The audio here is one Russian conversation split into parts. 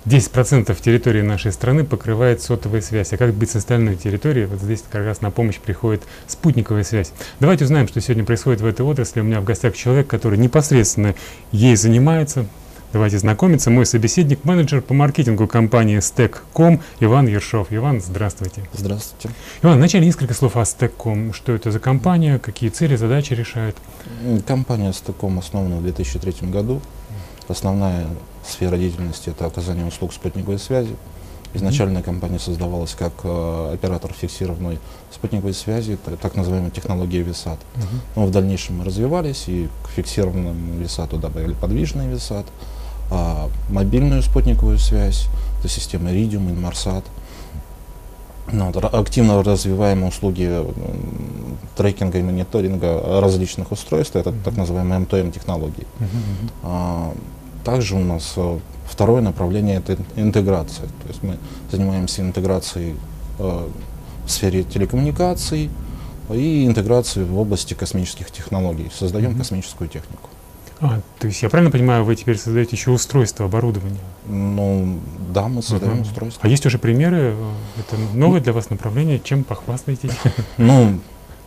10% территории нашей страны покрывает сотовая связь. А как быть с остальной территорией? Вот здесь как раз на помощь приходит спутниковая связь. Давайте узнаем, что сегодня происходит в этой отрасли. У меня в гостях человек, который непосредственно ей занимается. Давайте знакомиться. Мой собеседник, менеджер по маркетингу компании Stack.com Иван Ершов. Иван, здравствуйте. Здравствуйте. Иван, вначале несколько слов о Stack.com. Что это за компания, какие цели, задачи решает? Компания Stack.com основана в 2003 году. Основная сфера деятельности — это оказание услуг спутниковой связи. Изначально компания создавалась как оператор фиксированной спутниковой связи, так называемая технология VSAT. Но в дальнейшем мы развивались и к фиксированному VSAT добавили подвижный VSAT, мобильную спутниковую связь, это система Iridium, Inmarsat. Активно развиваем услуги трекинга и мониторинга различных устройств, это так называемые M2M технологии. Также у нас второе направление — это интеграция. То есть мы занимаемся интеграцией в сфере телекоммуникаций и интеграцией в области космических технологий. Создаем космическую технику. То есть я правильно понимаю, вы теперь создаете еще устройство, оборудование? Ну да, мы создаем устройство. А есть уже примеры? Это новое для вас направление? Чем похвастаетесь? Ну,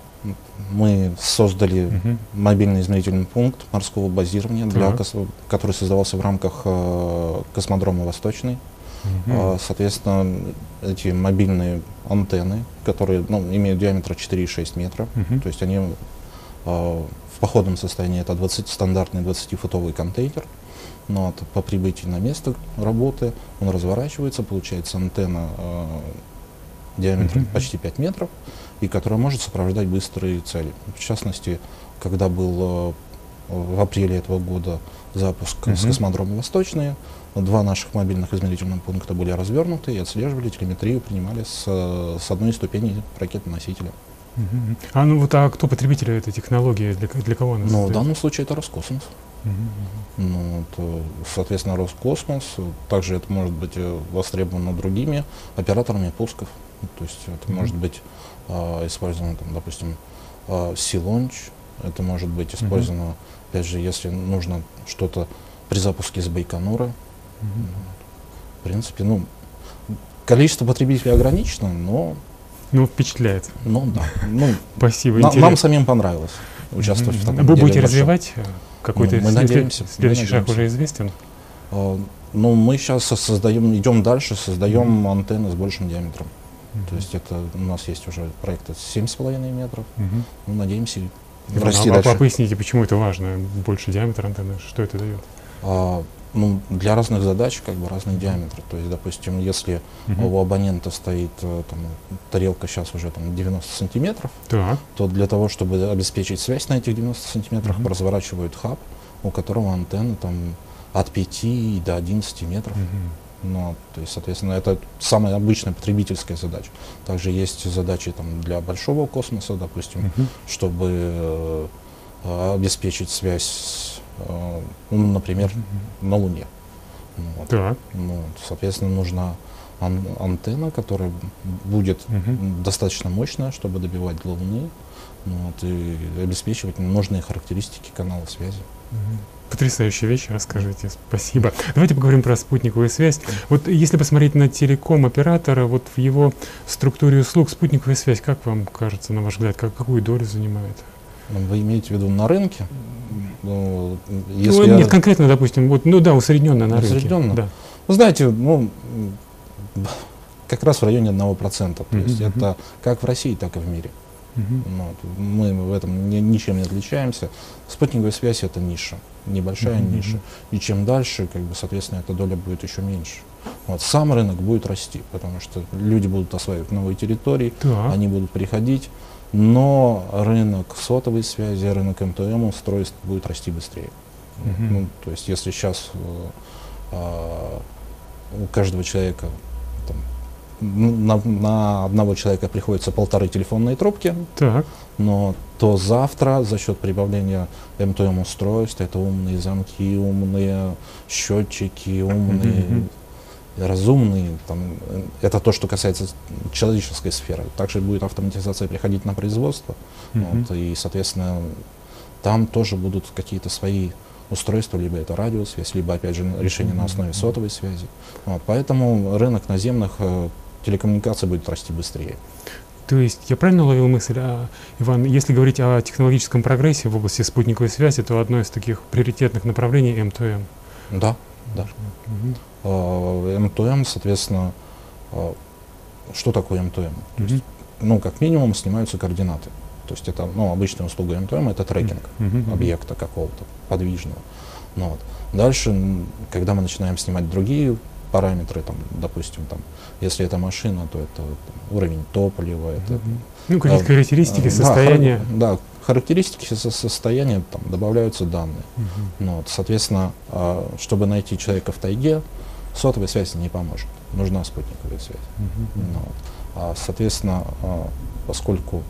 мы создали мобильный измерительный пункт морского базирования, который создавался в рамках космодрома «Восточный». Соответственно, эти мобильные антенны, которые имеют диаметр 4,6 метра, то есть они в походном состоянии — это стандартный 20-футовый контейнер. Но по прибытии на место работы он разворачивается, получается антенна диаметром почти 5 метров, и которая может сопровождать быстрые цели. В частности, когда был в апреле этого года запуск с космодрома «Восточный», 2 наших мобильных измерительных пункта были развернуты и отслеживали телеметрию, принимали с одной ступени ракеты-носителя. А кто потребители этой технологии? Для кого она? В данном случае это Роскосмос. Соответственно, Роскосмос. Также это может быть востребовано другими операторами пусков. То есть это может быть использовано, допустим, Sea-Launch. Это может быть использовано, опять же, если нужно что-то при запуске с Байконура. В принципе, количество потребителей ограничено, но... впечатляет. Да. Спасибо. Нам самим понравилось участвовать в таком деле. Вы будете большом. Развивать? Какой-то следующий шаг уже известен? Мы сейчас идем дальше, создаем антенны с большим диаметром. То есть у нас есть уже проект 7,5 метров. Надеемся расти дальше. Поясните, почему это важно, больше диаметр антенны, что это дает? Для разных задач разный диаметр. То есть, допустим, если у абонента стоит тарелка сейчас уже 90 сантиметров, то для того, чтобы обеспечить связь на этих 90 сантиметрах, разворачивают хаб, у которого антенна от 5 до 11 метров. То есть, соответственно, это самая обычная потребительская задача. Также есть задачи для большого космоса, допустим, чтобы обеспечить связь, например, на Луне. Соответственно, нужна антенна, которая будет достаточно мощная, чтобы добивать до Луны, и обеспечивать нужные характеристики канала связи. Потрясающая вещь, расскажите, спасибо. Давайте поговорим про спутниковую связь. Вот если посмотреть на телеком-оператора, вот в его структуре услуг спутниковая связь, как вам кажется, на ваш взгляд, какую долю занимает? Вы имеете в виду на рынке? Нет, конкретно, допустим, усредненно на рынке. Усредненно? Да. Вы знаете, как раз в районе 1%. То есть это как в России, так и в мире. Мы в этом ничем не отличаемся. Спутниковая связь — это ниша, небольшая ниша. И чем дальше, соответственно, эта доля будет еще меньше. Сам рынок будет расти, потому что люди будут осваивать новые территории, они будут приходить, но рынок сотовой связи, рынок МТМ устройств будет расти быстрее. То есть если сейчас у каждого человека на одного человека приходится 1,5 телефонные трубки, то завтра за счет прибавления МТМ устройств, это умные замки, умные счетчики, умные разумные, это то, что касается человеческой сферы. Также будет автоматизация приходить на производство, и, соответственно, там тоже будут какие-то свои устройство, либо это радиосвязь, либо, опять же, решение на основе сотовой связи. Вот, поэтому рынок наземных телекоммуникаций будет расти быстрее. То есть я правильно уловил мысль, Иван, если говорить о технологическом прогрессе в области спутниковой связи, то одно из таких приоритетных направлений M2M. Да, да. M2M, соответственно, что такое M2M? То есть, ну, как минимум, снимаются координаты. То есть это, ну, обычная услуга M2M — это трекинг объекта какого-то подвижного. Ну, вот. Дальше, когда мы начинаем снимать другие параметры, там, допустим, там, если это машина, то это там, уровень топлива, это ну, какие-то характеристики, состояния. Да, характеристики состояния, там добавляются данные. Ну, вот, соответственно, чтобы найти человека в тайге, сотовая связь не поможет. Нужна спутниковая связь. Ну, вот. Соответственно, поскольку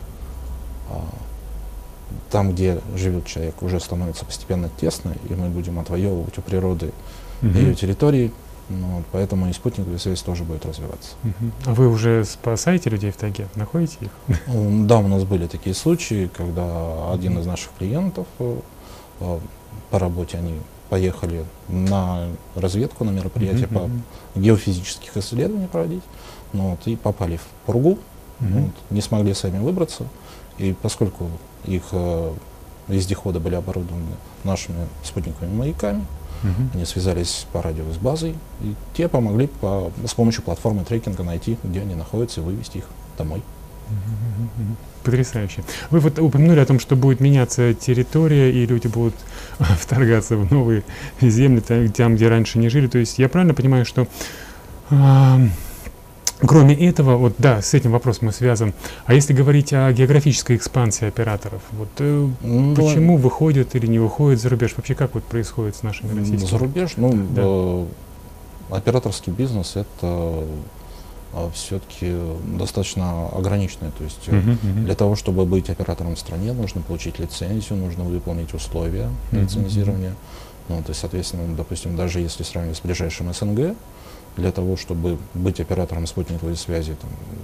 там, где живет человек, уже становится постепенно тесно, и мы будем отвоевывать у природы ее территории, ну, вот, поэтому и спутниковая связь тоже будет развиваться. А вы уже спасаете людей в тайге? Находите их? Да, у нас были такие случаи, когда один из наших клиентов по работе, они поехали на разведку, на мероприятие по геофизических исследований проводить, ну, вот, и попали в пургу, вот, не смогли сами выбраться, и поскольку их вездеходы были оборудованы нашими спутниковыми маяками, они связались по радио с базой, и те помогли с помощью платформы трекинга найти, где они находятся, и вывести их домой. Потрясающе. Вы вот упомянули о том, что будет меняться территория, и люди будут вторгаться в новые земли, там, где раньше не жили. То есть я правильно понимаю, что кроме этого, вот да, с этим вопросом мы связан. А если говорить о географической экспансии операторов, вот почему выходят или не выходят за рубеж? Вообще как вот происходит с нашими российскими? За рубеж, ну, операторский бизнес — это все-таки достаточно ограниченное. То есть для того, чтобы быть оператором в стране, нужно получить лицензию, нужно выполнить условия лицензирования. Ну, то есть, соответственно, допустим, даже если сравнивать с ближайшим СНГ, для того, чтобы быть оператором спутниковой связи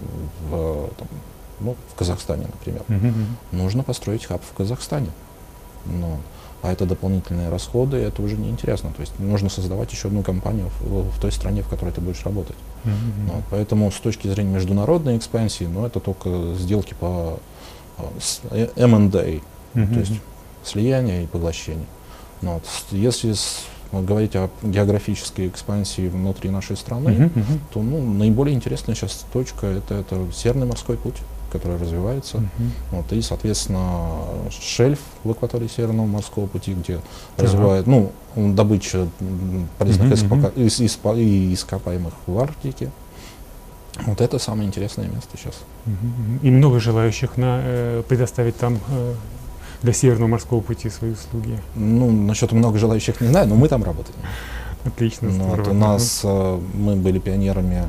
в Казахстане, например, нужно построить хаб в Казахстане. Ну, а это дополнительные расходы, это уже неинтересно. То есть нужно создавать еще одну компанию в той стране, в которой ты будешь работать. Вот, поэтому с точки зрения международной экспансии, ну, это только сделки по M&A, то есть слияние и поглощение. Ну, вот, если говорить о географической экспансии внутри нашей страны, то наиболее интересная сейчас точка — это Северный морской путь, который развивается. Вот, и, соответственно, шельф в акватории Северного морского пути, где развивают добыча полезных ископаемых в Арктике. Вот это самое интересное место сейчас. И много желающих предоставить там для Северного морского пути свои услуги? Ну, насчет много желающих не знаю, но мы там работаем. Отлично. Вот, у нас мы были пионерами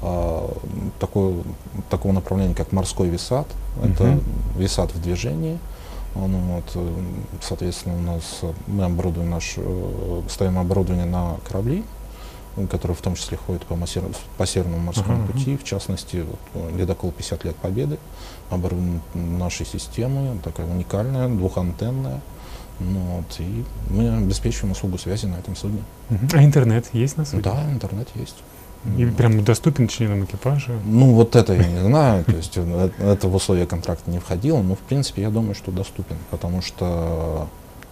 такого направления, как морской ВИСАТ. Это ВИСАТ в движении. Вот, соответственно, мы оборудуем ставим оборудование на корабли, которые в том числе ходят по Северному морскому пути. В частности, ледокол 50 лет Победы оборудован нашей системой, такая уникальная, двухантенная. Ну, вот, и мы обеспечиваем услугу связи на этом судне. А интернет есть на судне? Да, интернет есть. И прям доступен членам экипажа? Ну, вот это я не знаю, то есть это в условия контракта не входило, но в принципе я думаю, что доступен, потому что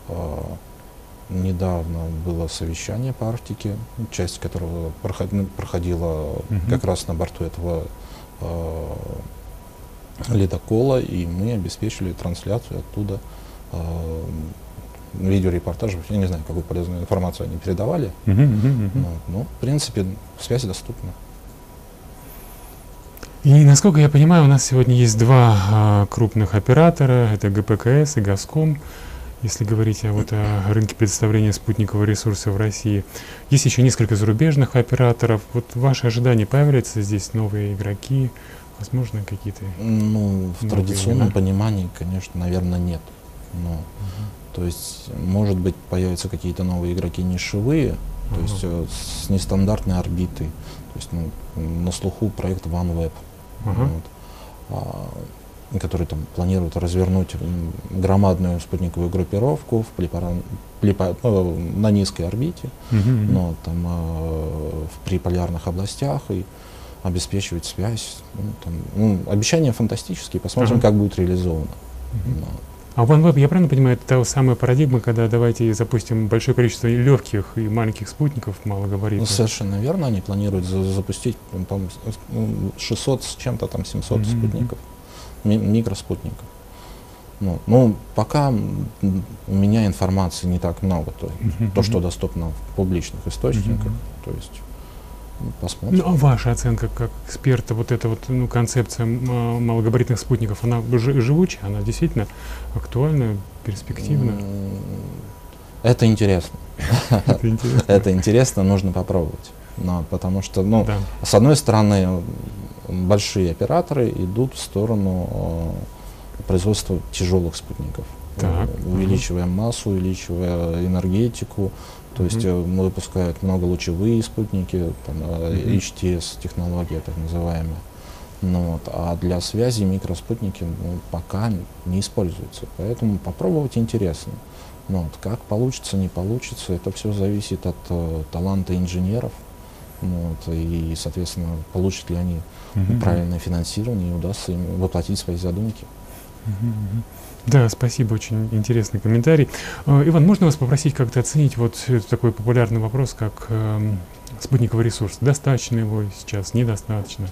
недавно было совещание по Арктике, часть которого проходила как раз на борту этого ледокола, и мы обеспечили трансляцию оттуда видеорепортажев. Я не знаю, какую полезную информацию они передавали, но в принципе связь доступна. И насколько я понимаю, у нас сегодня есть два крупных оператора, это ГПКС и Газком. Если говорить о рынке предоставления спутникового ресурса в России. Есть еще несколько зарубежных операторов. Вот ваши ожидания, появляются здесь новые игроки, возможно, какие-то? Ну, в традиционном понимании, конечно, наверное, нет. Но, то есть, может быть, появятся какие-то новые игроки нишевые, то есть с нестандартной орбитой. То есть, на слуху проект OneWeb. Вот. который там планирует развернуть громадную спутниковую группировку на низкой орбите, но там при полярных областях и обеспечивать связь. Обещания фантастические, посмотрим, как будет реализовано. А OneWeb, я правильно понимаю, это та самая парадигма, когда давайте запустим большое количество и легких, и маленьких спутников малогабаритных? Совершенно верно, они планируют запустить, по-моему, 600 с чем-то, там 700 спутников, микроспутников. Пока у меня информации не так много, то что доступно в публичных источниках, то есть посмотрим. А ваша оценка как эксперта, вот эта вот концепция малогабаритных спутников, она живучая, она действительно актуальна, перспективна? Это интересно. Это интересно, нужно попробовать. Потому что, с одной стороны, большие операторы идут в сторону производства тяжелых спутников, увеличивая массу, увеличивая энергетику. То есть выпускают многолучевые спутники, HTS технология так называемая. А для связи микроспутники пока не используются. Поэтому попробовать интересно. Как получится, не получится, это все зависит от таланта инженеров. И, соответственно, получат ли они правильное финансирование и удастся им воплотить свои задумки. Да, спасибо, очень интересный комментарий. Иван, можно вас попросить как-то оценить вот такой популярный вопрос, как спутниковый ресурс? Достаточно его сейчас, недостаточно?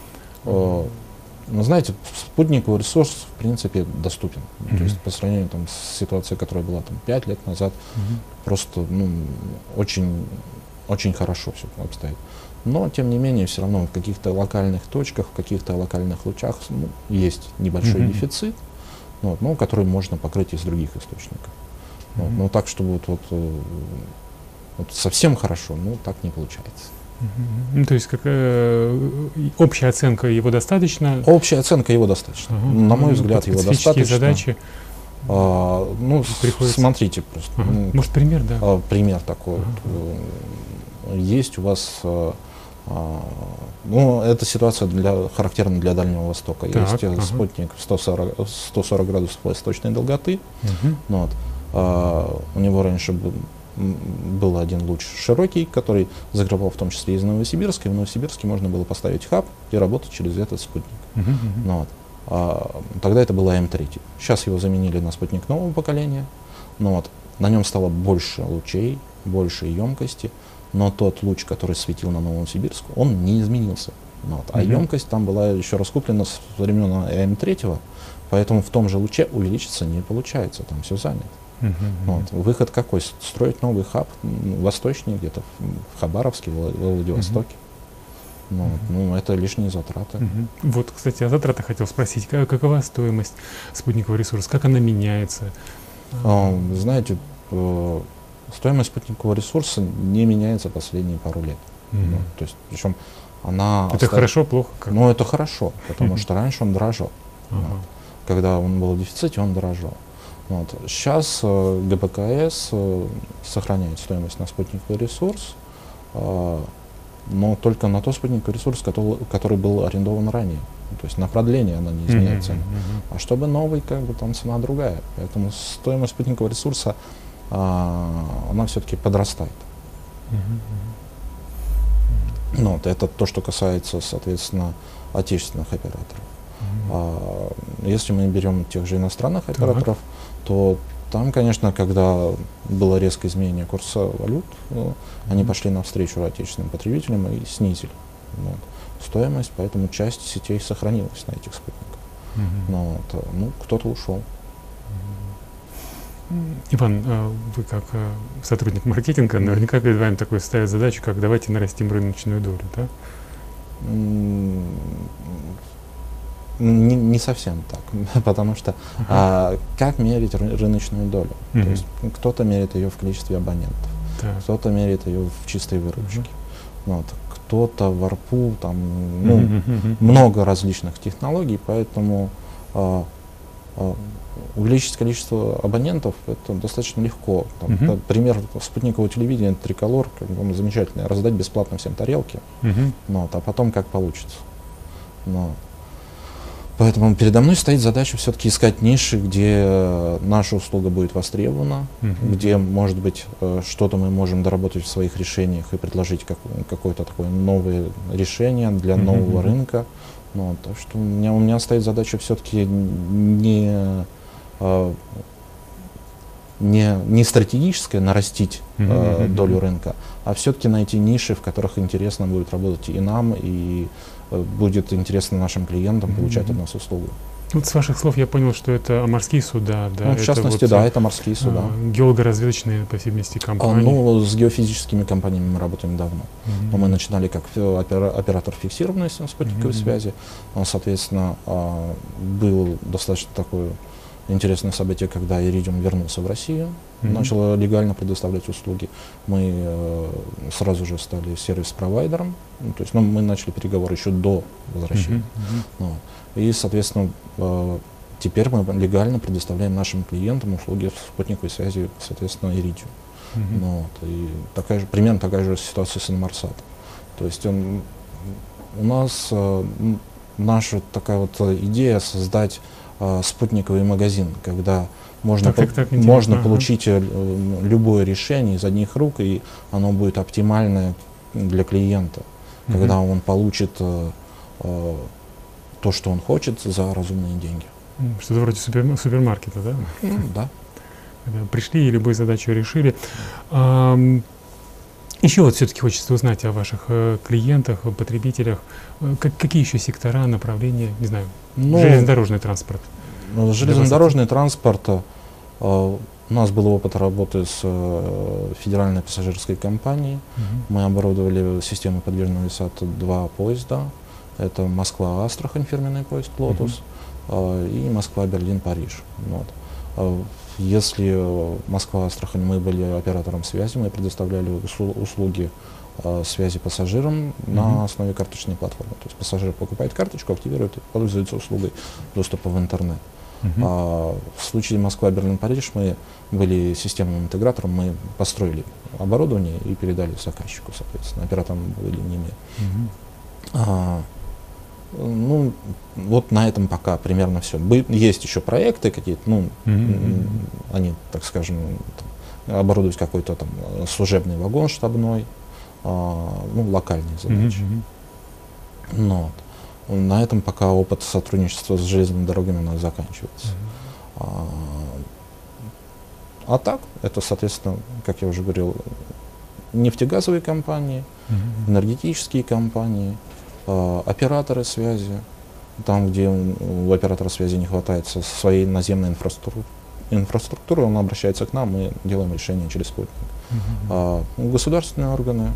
Знаете, спутниковый ресурс, в принципе, доступен. То есть по сравнению с ситуацией, которая была 5 лет назад, просто очень, очень хорошо все обстоит. Но, тем не менее, все равно в каких-то локальных точках, в каких-то локальных лучах есть небольшой дефицит, который можно покрыть из других источников. Но так, чтобы вот совсем хорошо, так не получается. То есть общая оценка его достаточно? Общая оценка его достаточно. На мой взгляд, его достаточно. Задачи смотрите просто. Может, пример, да? Пример такой. Есть у вас... эта ситуация характерна для Дальнего Востока. Есть спутник 140 градусов восточной долготы. У него раньше был один луч широкий, который закрывал в том числе из Новосибирска. И в Новосибирске можно было поставить хаб и работать через этот спутник. Тогда это была М3. Сейчас его заменили на спутник нового поколения. На нем стало больше лучей, больше емкости. Но тот луч, который светил на Новосибирск, он не изменился. А емкость там была еще раскуплена с времен М3, поэтому в том же луче увеличиться не получается, там все занято. Выход какой? Строить новый хаб восточный, где-то в Хабаровске, в Владивостоке. Это лишние затраты. Вот, кстати, о затратах хотел спросить. Какова стоимость спутникового ресурса? Как она меняется? Знаете, стоимость спутникового ресурса не меняется последние пару лет. То есть, причем она... Это хорошо, плохо? Это хорошо, потому что раньше он дорожал. Когда он был в дефиците, он дорожал. Сейчас ГБКС сохраняет стоимость на спутниковый ресурс, но только на тот спутниковый ресурс, который был арендован ранее. То есть на продление она не изменяет цену. А чтобы новый, там цена другая. Поэтому стоимость спутникового ресурса она все-таки подрастает. Это то, что касается, соответственно, отечественных операторов. Если мы берем тех же иностранных операторов, то там, конечно, когда было резкое изменение курса валют, они пошли навстречу отечественным потребителям и снизили стоимость, поэтому часть сетей сохранилась на этих спутниках. Кто-то ушел. Иван, вы как сотрудник маркетинга, наверняка перед вами такой ставят задачу, как давайте нарастим рыночную долю, да? Не совсем так, потому что как мерить рыночную долю? То есть кто-то меряет ее в количестве абонентов, кто-то меряет ее в чистой выручке, кто-то в ARPU, там много различных технологий, поэтому увеличить количество абонентов это достаточно легко. Пример спутникового телевидения Триколор, замечательный, раздать бесплатно всем тарелки, а потом как получится. Поэтому передо мной стоит задача все-таки искать ниши, где наша услуга будет востребована, где, может быть, что-то мы можем доработать в своих решениях и предложить какое-то такое новое решение для нового рынка. Ну, так что у меня стоит задача все-таки не стратегическая, нарастить долю рынка, а все-таки найти ниши, в которых интересно будет работать и нам, и будет интересно нашим клиентам получать от нас услугу. Вот с ваших слов я понял, что это морские суда, да? Ну, в частности, вот, да, это морские суда. Геолого-разведочные, по всей видимости, компании. Ну, с геофизическими компаниями мы работаем давно. Но мы начинали как оператор фиксированной спутниковой связи. Соответственно, было достаточно такое интересное событие, когда Iridium вернулся в Россию, начал легально предоставлять услуги. Мы сразу же стали сервис-провайдером. То есть, мы начали переговоры еще до возвращения. И, соответственно, теперь мы легально предоставляем нашим клиентам услуги спутниковой связи, соответственно, Iridium. И примерно такая же ситуация с Inmarsat. То есть у нас наша такая вот идея создать спутниковый магазин, когда можно получить любое решение из одних рук, и оно будет оптимальное для клиента, когда он получит то, что он хочет, за разумные деньги. Что-то вроде супермаркета, да? Да. Пришли и любую задачу решили. Еще вот все-таки хочется узнать о ваших клиентах, о потребителях. Какие еще сектора, направления, не знаю, железнодорожный транспорт? Железнодорожный транспорт. У нас был опыт работы с федеральной пассажирской компанией. Мы оборудовали системой подвижного ВИСАТ 2 поезда. Это Москва-Астрахань, фирменный поезд «Лотус», и Москва-Берлин-Париж. Если Москва-Астрахань, мы были оператором связи, мы предоставляли услуги связи пассажирам на основе карточной платформы. То есть пассажир покупает карточку, активирует и пользуется услугой доступа в интернет. В случае Москва-Берлин-Париж мы были системным интегратором, мы построили оборудование и передали заказчику, соответственно, оператором были не мы. Вот на этом пока примерно все. Есть еще проекты какие-то, они, так скажем, оборудовать какой-то там служебный вагон штабной, локальные задачи. На этом пока опыт сотрудничества с железными дорогами у нас заканчивается. А так, это, соответственно, как я уже говорил, нефтегазовые компании, энергетические компании, операторы связи, там, где у оператора связи не хватает со своей наземной инфраструктуры, он обращается к нам, мы делаем решение через спутник. Государственные органы,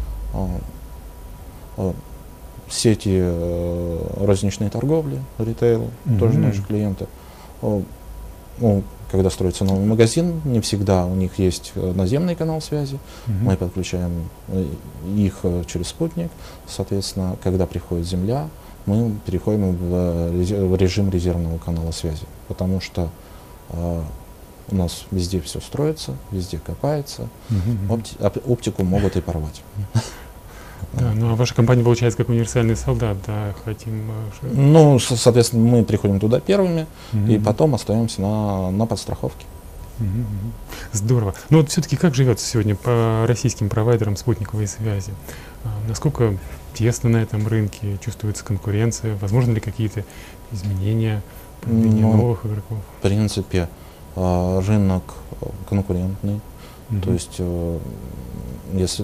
сети розничной торговли, ритейл, тоже наши клиенты. Когда строится новый магазин, не всегда у них есть наземный канал связи. Мы подключаем их через спутник. Соответственно, когда приходит земля, мы переходим в режим резервного канала связи. Потому что у нас везде все строится, везде копается. Оптику могут и порвать. Да, ну а ваша компания получается как универсальный солдат, да, хотим... Соответственно, мы приходим туда первыми, и потом остаемся на подстраховке. Здорово. Но вот все-таки как живется сегодня по российским провайдерам спутниковой связи? Насколько тесно на этом рынке, чувствуется конкуренция, возможно ли какие-то изменения, появление новых игроков? В принципе, рынок конкурентный, то есть если...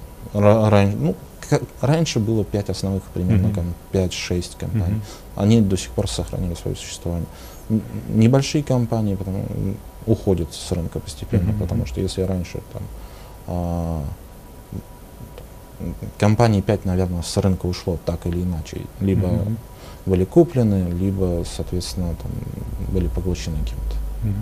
Раньше было 5 основных, примерно 5-6 компаний. Они до сих пор сохранили свое существование. Небольшие компании уходят с рынка постепенно, потому что если раньше компаний 5, наверное, с рынка ушло так или иначе. Либо были куплены, либо, соответственно, были поглощены кем-то.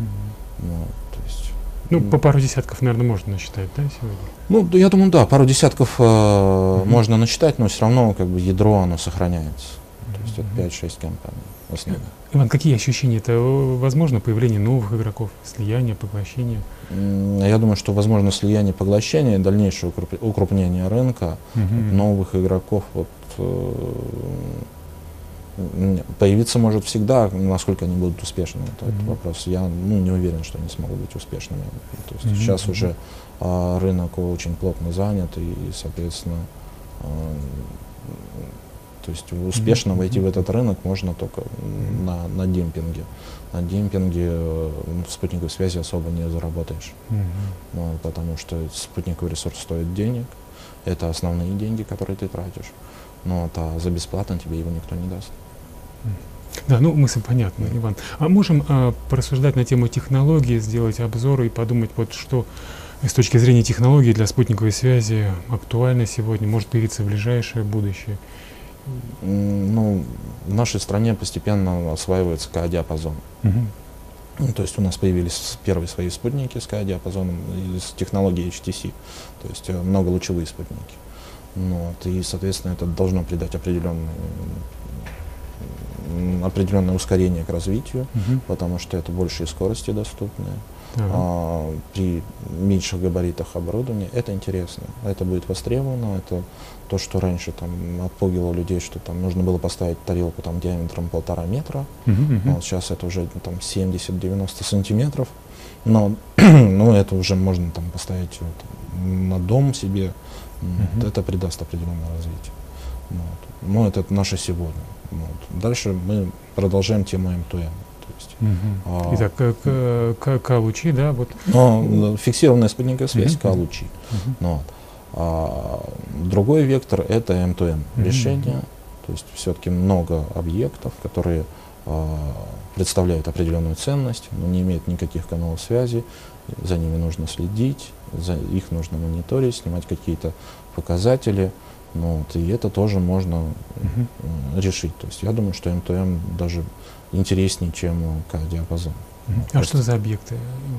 По пару десятков, наверное, можно насчитать, да, сегодня? Я думаю, да, пару десятков можно насчитать, но все равно ядро, оно сохраняется. То есть это 5-6 компаний основных. Иван, какие ощущения? Это возможно появление новых игроков, слияние, поглощение? Я думаю, что возможно слияние, поглощение, дальнейшее укрупнение рынка, новых игроков. Появиться может всегда, насколько они будут успешными. Это вопрос. Я не уверен, что они смогут быть успешными. То есть сейчас уже рынок очень плотно занят, и соответственно, то есть успешно войти в этот рынок можно только на демпинге. На демпинге в спутниковой связи особо не заработаешь, потому что спутниковый ресурс стоит денег. Это основные деньги, которые ты тратишь. А за бесплатно тебе его никто не даст. Да, ну мысль понятна, Иван. А можем порассуждать на тему технологии, сделать обзор и подумать, вот что с точки зрения технологий для спутниковой связи актуально сегодня, может появиться в ближайшее будущее? В нашей стране постепенно осваивается КА-диапазон. То есть у нас появились первые свои спутники с КА-диапазоном из технологии HTC, то есть многолучевые спутники. И, соответственно, это должно придать определенное ускорение к развитию, потому что это большие скорости доступные. При меньших габаритах оборудования это интересно, это будет востребовано. Это то, что раньше отпугивало людей, что нужно было поставить тарелку диаметром 1,5 метра, сейчас это уже 70-90 сантиметров, но это уже можно поставить на дом себе, это придаст определенное развитие. Но это наше сегодня. Дальше мы продолжаем тему M2M. Итак, КА-лучи, да? Фиксированная спутниковая связь, КА-лучи. Другой вектор — это M2M решение, то есть все-таки много объектов, которые представляют определенную ценность, но не имеют никаких каналов связи, за ними нужно следить, их нужно мониторить, снимать какие-то показатели, и это тоже можно решить. То есть я думаю, что M2M даже интереснее, чем КА-диапазон. А что за объекты?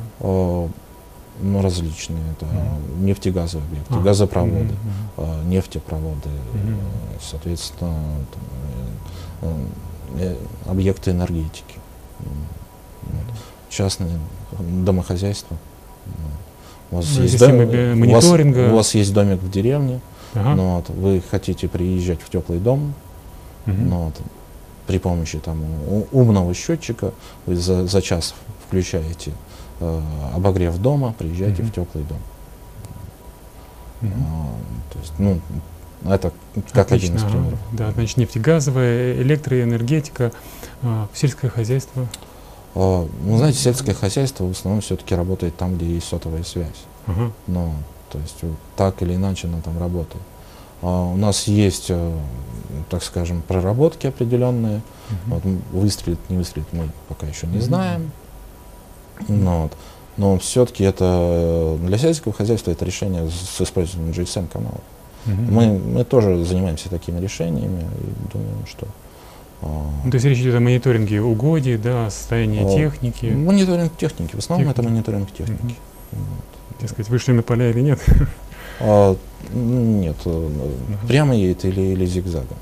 Различные. Это нефтегазовые объекты, газопроводы, нефтепроводы, соответственно, объекты энергетики, частные домохозяйства. У вас есть домик в деревне, вы хотите приезжать в теплый дом, при помощи умного счетчика вы за час включаете обогрев дома, приезжаете в теплый дом. То есть, это как один из примеров. Да, значит, нефтегазовая, электроэнергетика, сельское хозяйство. Знаете, сельское хозяйство в основном все-таки работает там, где есть сотовая связь. То есть так или иначе она там работает. У нас есть, так скажем, проработки определенные. Выстрелит, не выстрелит, мы пока еще не знаем. Но все-таки это для сельского хозяйства это решение с использованием GSM-каналов. Мы тоже занимаемся такими решениями и думаем, что... То есть речь идет о мониторинге угодий, да, состоянии техники? Мониторинг техники, в основном это мониторинг техники. Дескать, вышли на поля или нет? Нет, прямо едет или зигзагом.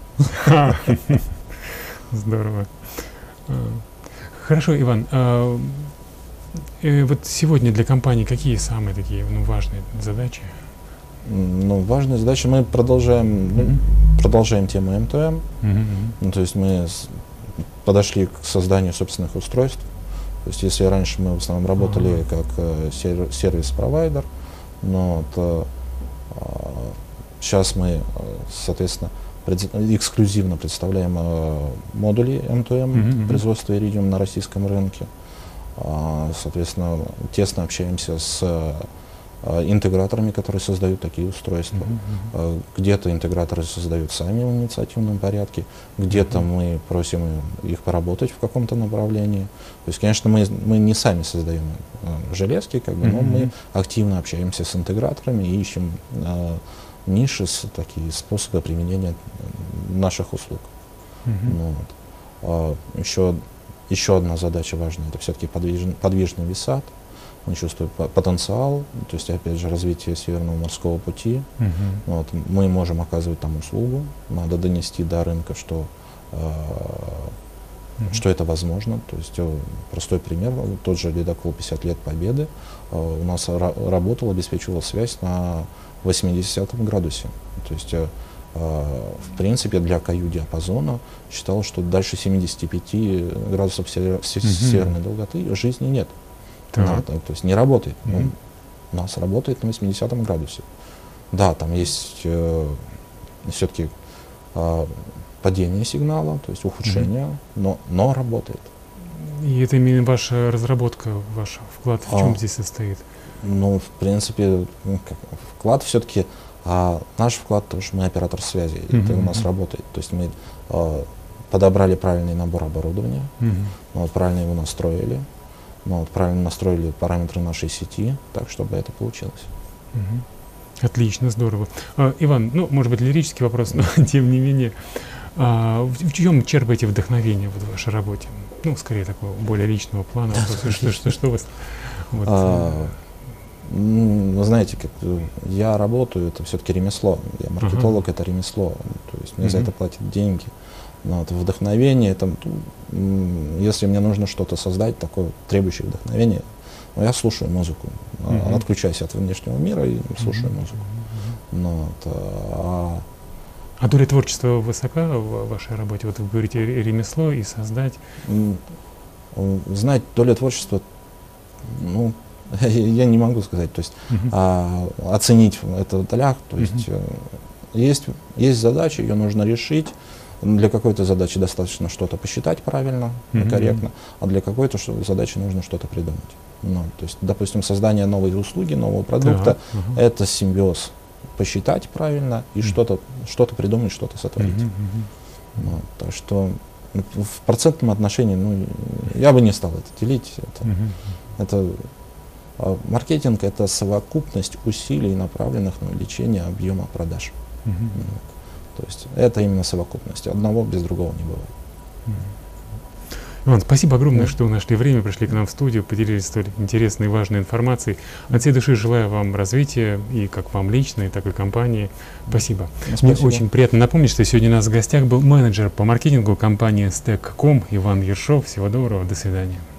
Здорово. Хорошо, Иван, вот сегодня для компании какие самые такие важные задачи? Важные задачи мы продолжаем тему M2M. То есть мы подошли к созданию собственных устройств. То есть если раньше мы в основном работали как сервис-провайдер, сейчас мы, соответственно, эксклюзивно представляем модули M2M производства Iridium на российском рынке. Соответственно, тесно общаемся с интеграторами, которые создают такие устройства. Где-то интеграторы создают сами в инициативном порядке, где-то мы просим их поработать в каком-то направлении. То есть, конечно, мы не сами создаем железки, но мы активно общаемся с интеграторами и ищем ниши, такие способы применения наших услуг. Еще одна задача важная — это все-таки подвижный висат. Мы чувствуем потенциал, то есть, опять же, развитие Северного морского пути. Мы можем оказывать там услугу, надо донести до рынка, что это возможно. То есть, простой пример, тот же ледокол 50 лет Победы у нас работал, обеспечивал связь на 80 градусе. То есть В принципе, для КАЮ-диапазона считалось, что дальше 75 градусов северной долготы жизни нет. То есть не работает. У нас работает на 80 градусе. Да, там есть все-таки падение сигнала, то есть ухудшение, но работает. И это именно ваша разработка, ваш вклад в чем здесь состоит? Ну, в принципе, вклад все-таки, наш вклад, потому что мы оператор связи, это у нас работает. То есть мы подобрали правильный набор оборудования, правильно его настроили, правильно настроили параметры нашей сети, так, чтобы это получилось. Отлично, здорово. Иван, ну, может быть, лирический вопрос, но тем не менее, в чем черпаете вдохновение в вашей работе? Ну, скорее, такого более личного плана. Что вас... Вы знаете, как я работаю, это все-таки ремесло. Я маркетолог, это ремесло. То есть мне за это платят деньги. Вдохновение, это, если мне нужно что-то создать, такое требующее вдохновения, я слушаю музыку, отключаюсь от внешнего мира и слушаю музыку. А доля творчества высока в вашей работе? Вот вы говорите ремесло и создать. Знаете, доля творчества, ну, я не могу сказать, то есть оценить это в долях, то есть есть задача, ее нужно решить. Для какой-то задачи достаточно что-то посчитать правильно, корректно, а для какой-то задачи нужно что-то придумать. То есть, допустим, создание новой услуги, нового продукта, это симбиоз. Посчитать правильно и что-то придумать, что-то сотворить. Так что в процентном отношении, ну, я бы не стал это делить. Маркетинг — это совокупность усилий, направленных на увеличение объема продаж. То есть это именно совокупность. Одного без другого не бывает. Иван, спасибо огромное, что нашли время, пришли к нам в студию, поделились столь интересной и важной информацией. От всей души желаю вам развития, и как вам лично, и так и компании. Спасибо. Мне очень приятно напомнить, что сегодня у нас в гостях был менеджер по маркетингу компании Stack.com Иван Ершов. Всего доброго, до свидания.